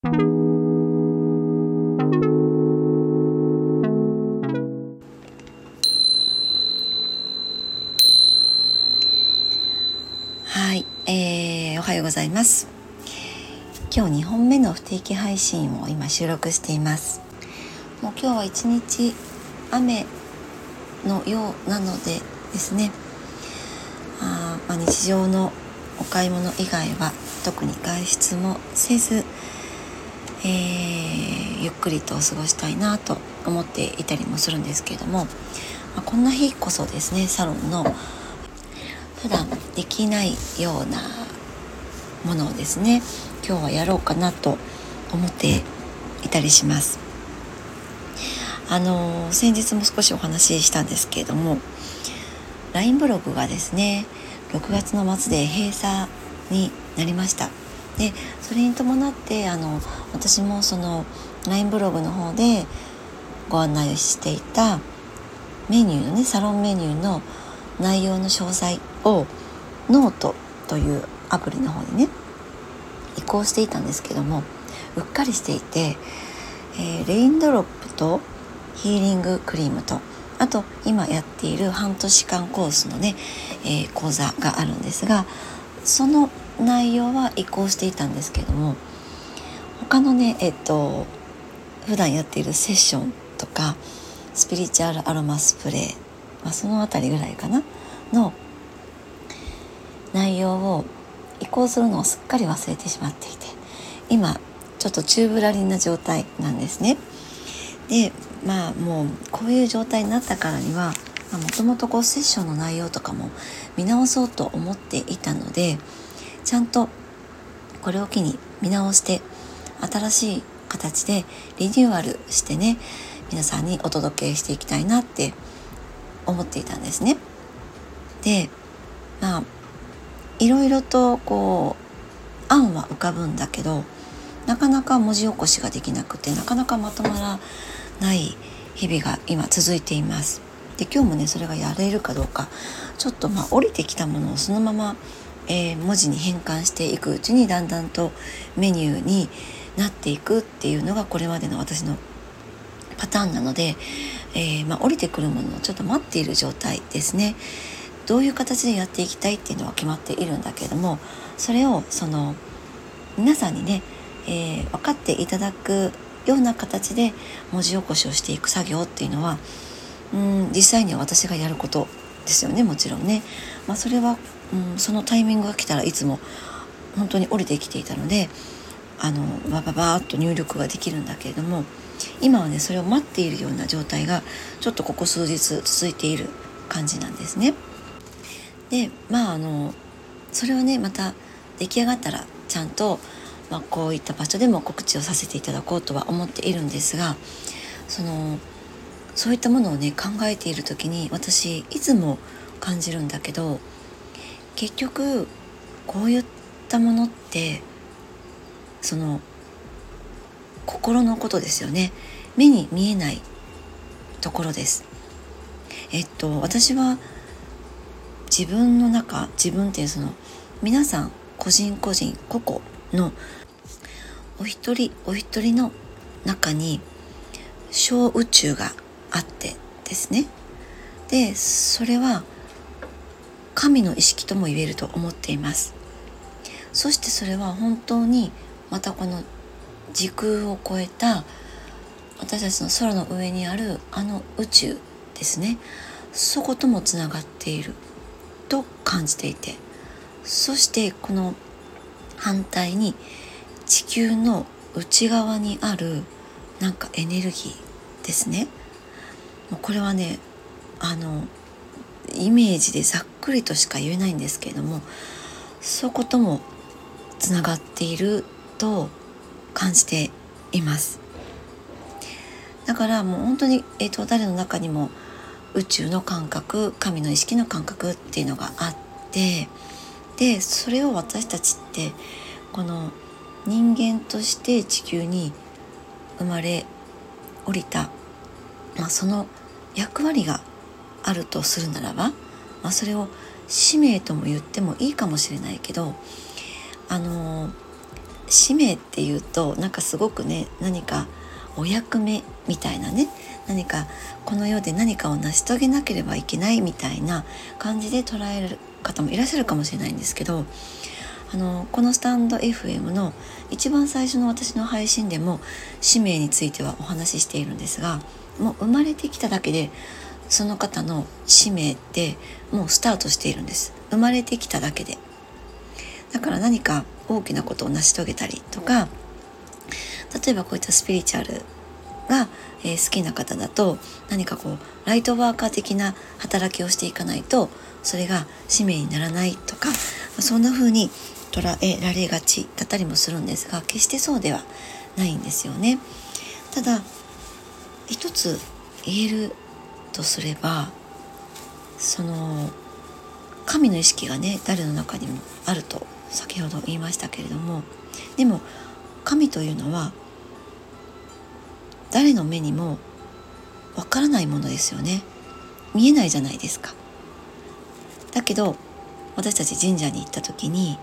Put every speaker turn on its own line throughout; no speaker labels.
はい、おはようございます。今日2本目の不定期配信を今収録しています。もう今日は一日雨のようなのでですね、日常のお買い物以外は特に外出もせず、ゆっくりと過ごしたいなと思っていたりもするんですけれども、こんな日こそですね、サロンの普段できないようなものをですね、今日はやろうかなと思っていたりします。先日も少しお話ししたんですけれども、 LINE ブログがですね6月の末で閉鎖になりました。でそれに伴って私もその LINE ブログの方でご案内していたメニューのね、サロンメニューの内容の詳細をノートというアプリの方にね移行していたんですけども、うっかりしていて、レインドロップとヒーリングクリームと、あと今やっている半年間コースのね、講座があるんですが、その内容は移行していたんですけども、他のね普段やっているセッションとかスピリチュアルアロマスプレー、そのあたりぐらいかなの内容を移行するのをすっかり忘れてしまっていて、今ちょっと宙ぶらりんな状態なんですね。でもうこういう状態になったからには、もともとセッションの内容とかも見直そうと思っていたので、ちゃんとこれを機に見直して新しい形でリニューアルしてね、皆さんにお届けしていきたいなって思っていたんですね。でいろいろと案は浮かぶんだけど、なかなか文字起こしができなくて、なかなかまとまらない日々が今続いています。で今日もねそれがやれるかどうか、ちょっと降りてきたものをそのまま、文字に変換していくうちにだんだんとメニューになっていくっていうのがこれまでの私のパターンなので、降りてくるものをちょっと待っている状態ですね。どういう形でやっていきたいっていうのは決まっているんだけれども、それを皆さんにね、分かっていただくような形で文字起こしをしていく作業っていうのは、実際には私がやることですよね、もちろんね。それは、そのタイミングが来たらいつも本当に降りてきていたので、バーっと入力ができるんだけれども、今はねそれを待っているような状態がちょっとここ数日続いている感じなんですね。でそれはねまた出来上がったらちゃんと、こういった場所でも告知をさせていただこうとは思っているんですが、そういったものをね考えている時に私いつも感じるんだけど、結局こういったものって心のことですよね。目に見えないところです。私は自分って皆さん個人個人個々のお一人お一人の中に小宇宙があってですね。でそれは神の意識とも言えると思っています。そしてそれは本当にまたこの時空を超えた私たちの空の上にある宇宙ですね、そこともつながっていると感じていて、そしてこの反対に地球の内側にあるエネルギーですね。もうこれはねイメージでざっくりとしか言えないんですけれども、そこともつながっていると感じています。だからもう本当に、誰の中にも宇宙の感覚、神の意識の感覚っていうのがあって、でそれを私たちってこの人間として地球に生まれ降りた、その役割があるとするならば、それを使命とも言ってもいいかもしれないけど、 使命っていうとなんかすごくね、何かお役目みたいなね、何かこの世で何かを成し遂げなければいけないみたいな感じで捉える方もいらっしゃるかもしれないんですけど、このスタンド FM の一番最初の私の配信でも使命についてはお話ししているんですが、もう生まれてきただけでその方の使命ってもうスタートしているんです。生まれてきただけで。だから何か大きなことを成し遂げたりとか、例えばこういったスピリチュアルが、好きな方だと何かこうライトワーカー的な働きをしていかないとそれが使命にならないとか、そんな風に捉えられがちだったりもするんですが、決してそうではないんですよね。ただ一つ言えるとすれば、その神の意識がね、誰の中にもあると先ほど言いましたけれども、でも神というのは誰の目にもわからないものですよね。見えないじゃないですか。だけど私たち神社に行った時に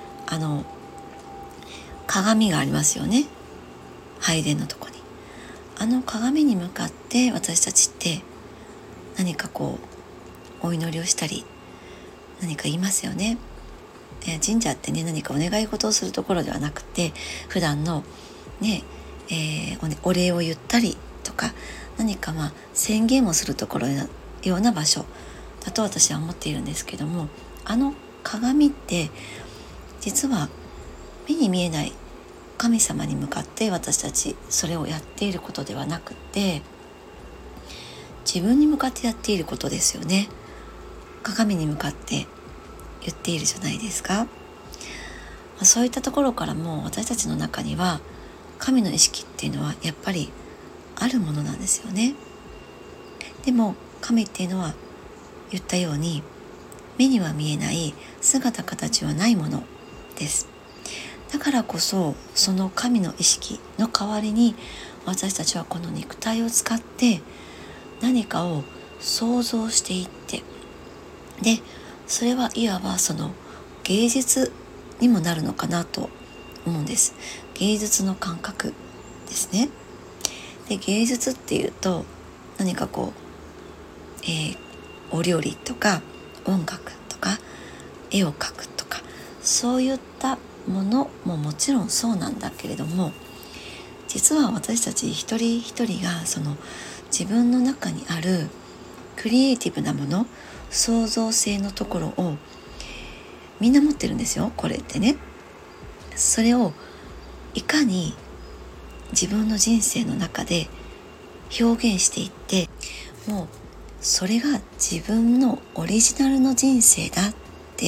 鏡がありますよね、拝殿のとこに。鏡に向かって私たちって何かこうお祈りをしたり何か言いますよね。神社ってね、何かお願い事をするところではなくて、普段のね、お礼を言ったりとか、何か宣言をするところのような場所だと私は思っているんですけども、鏡って実は目に見えない神様に向かって私たちそれをやっていることではなくて、自分に向かってやっていることですよね。鏡に向かって言っているじゃないですか。そういったところからも私たちの中には神の意識っていうのはやっぱりあるものなんですよね。でも神っていうのは言ったように目には見えない姿形はないものです。だからこそその神の意識の代わりに私たちはこの肉体を使って何かを想像していって、でそれはいわばその芸術にもなるのかなと思うんです。芸術の感覚ですね。で芸術っていうと何かこう、お料理とか音楽とか絵を描くとか、そういったものももちろんそうなんだけれども、実は私たち一人一人がその自分の中にあるクリエイティブなもの、創造性のところをみんな持ってるんですよ、これってね。それをいかに自分の人生の中で表現していって、もうそれが自分のオリジナルの人生だって、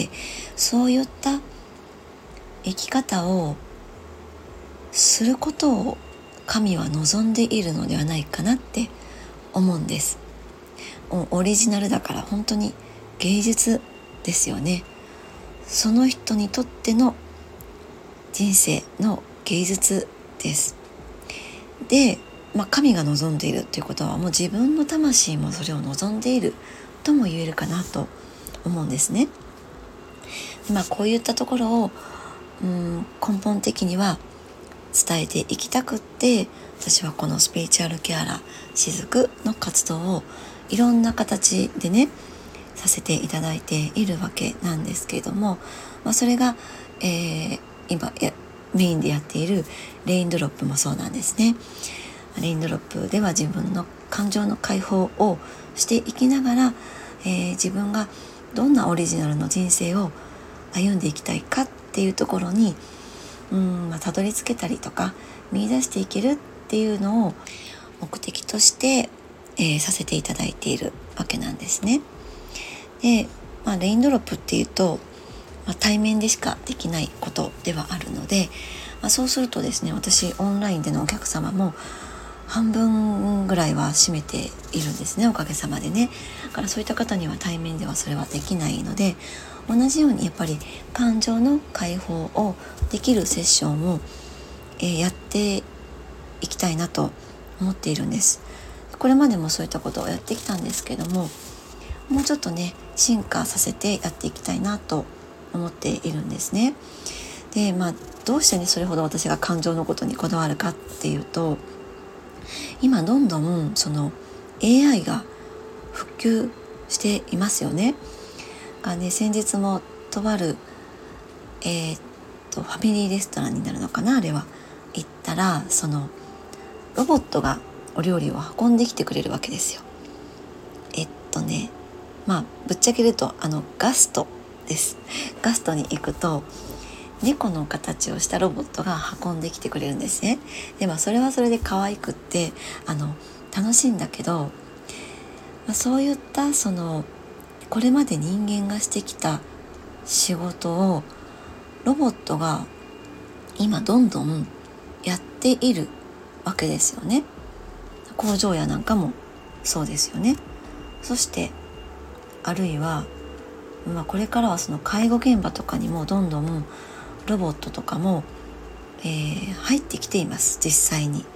そういった生き方をすることを神は望んでいるのではないかなって思うんです。オリジナルだから本当に芸術ですよね。その人にとっての人生の芸術です。で、神が望んでいるということはもう自分の魂もそれを望んでいるとも言えるかなと思うんですね。こういったところを根本的には伝えていきたくって、私はこのスピリチュアルケアラー雫の活動をいろんな形でねさせていただいているわけなんですけれども、それが、今メインでやっているレインドロップもそうなんですね。レインドロップでは自分の感情の解放をしていきながら、自分がどんなオリジナルの人生を歩んでいきたいかっていうところにたどり着けたりとか見出していけるっていうのを目的として、させていただいているわけなんですね。で、レインドロップっていうと、対面でしかできないことではあるので、そうするとですね、私オンラインでのお客様も半分ぐらいは占めているんですね、おかげさまでね。だからそういった方には対面ではそれはできないので、同じようにやっぱり感情の解放をできるセッションを、やっていきたいなと思っているんです。これまでもそういったことをやってきたんですけども、もうちょっとね進化させてやっていきたいなと思っているんですね。 でどうしてねそれほど私が感情のことにこだわるかっていうと、今どんどんその AI が普及していますよね。先日もとあるファミリーレストランになるのかな、あれは行ったら、そのロボットがお料理を運んできてくれるわけですよ。ぶっちゃけるとガストです。ガストに行くと猫の形をしたロボットが運んできてくれるんですね。でそれはそれで可愛くって楽しいんだけど、そういったこれまで人間がしてきた仕事をロボットが今どんどんやっているわけですよね。工場やなんかもそうですよね。そしてあるいは、これからはその介護現場とかにもどんどんロボットとかも、入ってきています、実際に。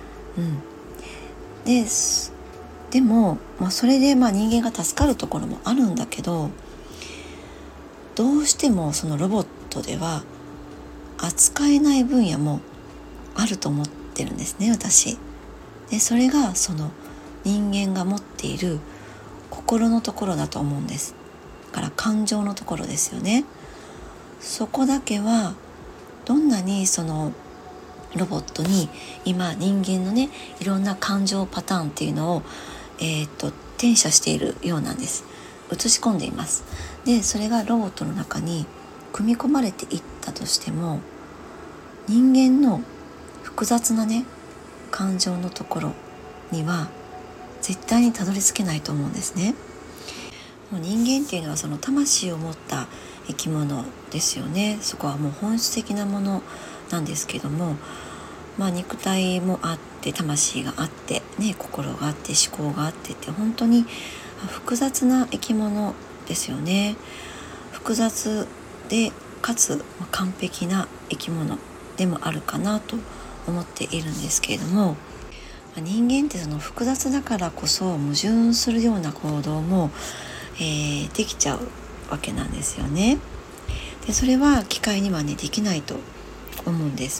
でも、それで人間が助かるところもあるんだけど、どうしてもそのロボットでは扱えない分野もあると思ってるんですね、私。でそれがその人間が持っている心のところだと思うんです。だから感情のところですよね。そこだけはどんなにそのロボットに今人間のねいろんな感情パターンっていうのを、転写しているようなんです。映し込んでいます。でそれがロボットの中に組み込まれていったとしても、人間の複雑なね感情のところには絶対にたどり着けないと思うんですね。もう人間っていうのはその魂を持った生き物ですよね。そこはもう本質的なものなんですけども、肉体もあって魂があってね、心があって思考があってって本当に複雑な生き物ですよね。複雑でかつ完璧な生き物でもあるかなと思っているんですけれども、人間ってその複雑だからこそ矛盾するような行動も、できちゃうわけなんですよね。でそれは機械にはねできないと思うんです。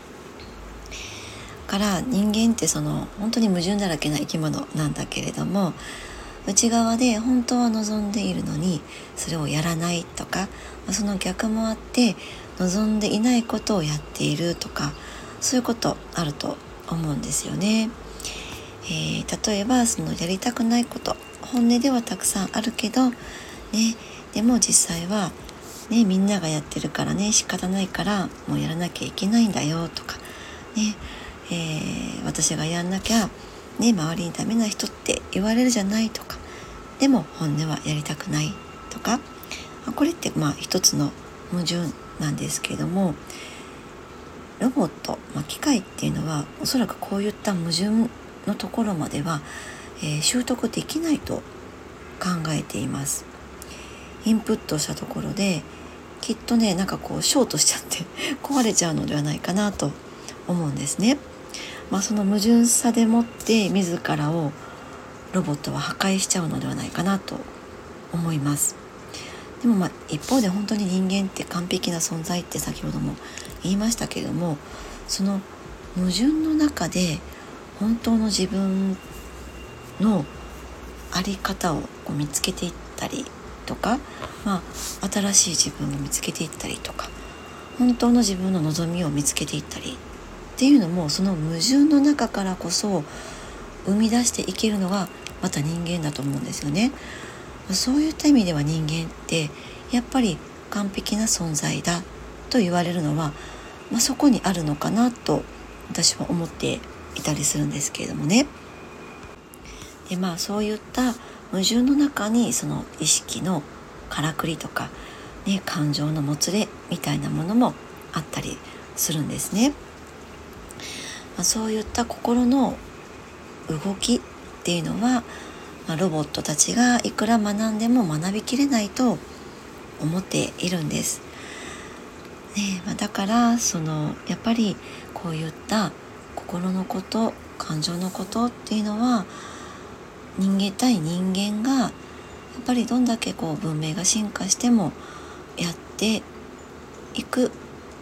から人間ってその本当に矛盾だらけな生き物なんだけれども、内側で本当は望んでいるのにそれをやらないとか、その逆もあって望んでいないことをやっているとか、そういうことあると思うんですよね。例えばそのやりたくないこと本音ではたくさんあるけどね、でも実際はねみんながやってるからね仕方ないからもうやらなきゃいけないんだよとかね、私がやんなきゃね周りにダメな人って言われるじゃないとか、でも本音はやりたくないとか、これって一つの矛盾なんですけれども、ロボット、機械っていうのはおそらくこういった矛盾のところまでは、習得できないと考えています。インプットしたところできっとねショートしちゃって壊れちゃうのではないかなと思うんですね。その矛盾さでもって自らをロボットは破壊しちゃうのではないかなと思います。でも一方で本当に人間って完璧な存在って先ほども言いましたけれども、その矛盾の中で本当の自分のあり方を見つけていったりとか、新しい自分を見つけていったりとか、本当の自分の望みを見つけていったりっていうのも、その矛盾の中からこそ生み出していけるのがまた人間だと思うんですよね。そういった意味では人間ってやっぱり完璧な存在だと言われるのは、そこにあるのかなと私は思っていたりするんですけれどもね。でそういった矛盾の中にその意識のからくりとか、感情のもつれみたいなものもあったりするんですね。そういった心の動きっていうのは、ロボットたちがいくら学んでも学びきれないと思っているんです、だからやっぱりこういった心のこと感情のことっていうのは、人間対人間がやっぱりどんだけ文明が進化してもやっていく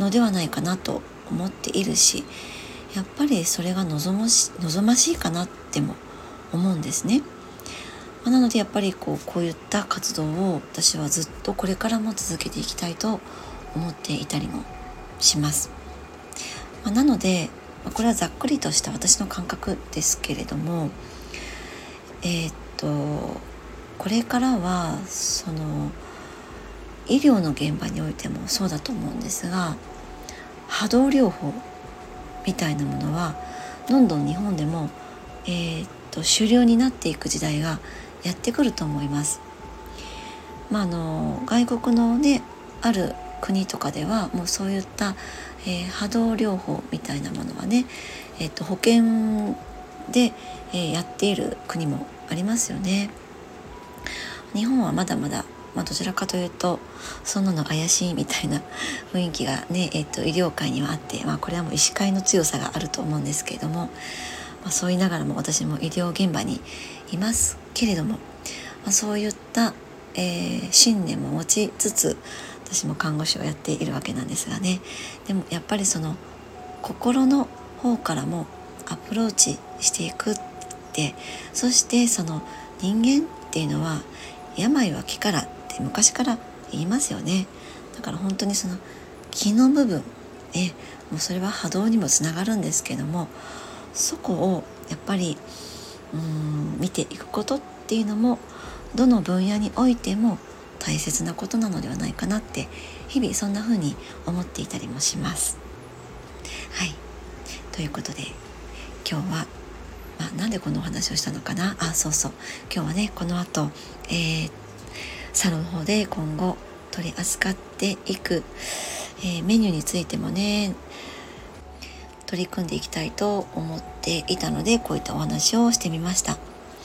のではないかなと思っているし、やっぱりそれが望ましいかなっても思うんですね。なのでやっぱりこういった活動を私はずっとこれからも続けていきたいと思っていたりもします。なのでこれはざっくりとした私の感覚ですけれども、これからはその医療の現場においてもそうだと思うんですが、波動療法みたいなものはどんどん日本でも、主流になっていく時代がやってくると思います。外国のねある国とかではもうそういった、波動療法みたいなものはね、保険で、やっている国もありますよね。日本はまだまだ、どちらかというとそんなの怪しいみたいな雰囲気がね、医療界にはあって、これはもう医師会の強さがあると思うんですけれども、そう言いながらも私も医療現場にいますけれども、そういった、信念も持ちつつ私も看護師をやっているわけなんですがね。でもやっぱりその心の方からもアプローチしていくって、そしてその人間っていうのは病は気からって昔から言いますよね。だから本当にその気の部分、もうそれは波動にもつながるんですけども、そこをやっぱり見ていくことっていうのもどの分野においても大切なことなのではないかなって日々そんな風に思っていたりもします。はい、ということで今日は、なんでこのお話をしたのかな。そう今日はねこの後、サロンの方で今後取り扱っていく、メニューについてもね取り組んでいきたいと思っていたので、こういったお話をしてみました。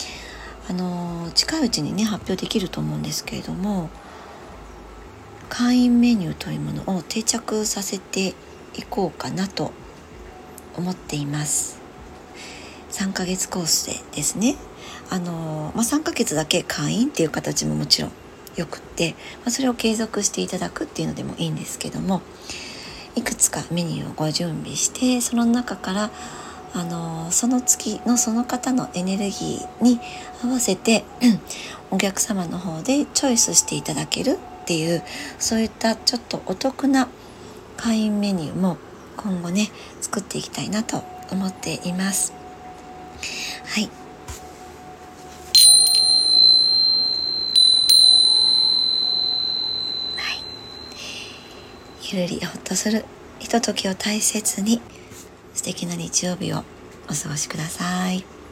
近いうちにね発表できると思うんですけれども、会員メニューというものを定着させていこうかなと思っています。3ヶ月コースでですね、3ヶ月だけ会員っていう形ももちろんよくって、それを継続していただくっていうのでもいいんですけども、いくつかメニューをご準備して、その中からその月のその方のエネルギーに合わせてお客様の方でチョイスしていただけるっていう、そういったちょっとお得な会員メニューも今後ね作っていきたいなと思っています。はい、ゆるりほっとするひとときを大切に素敵な日曜日をお過ごしください。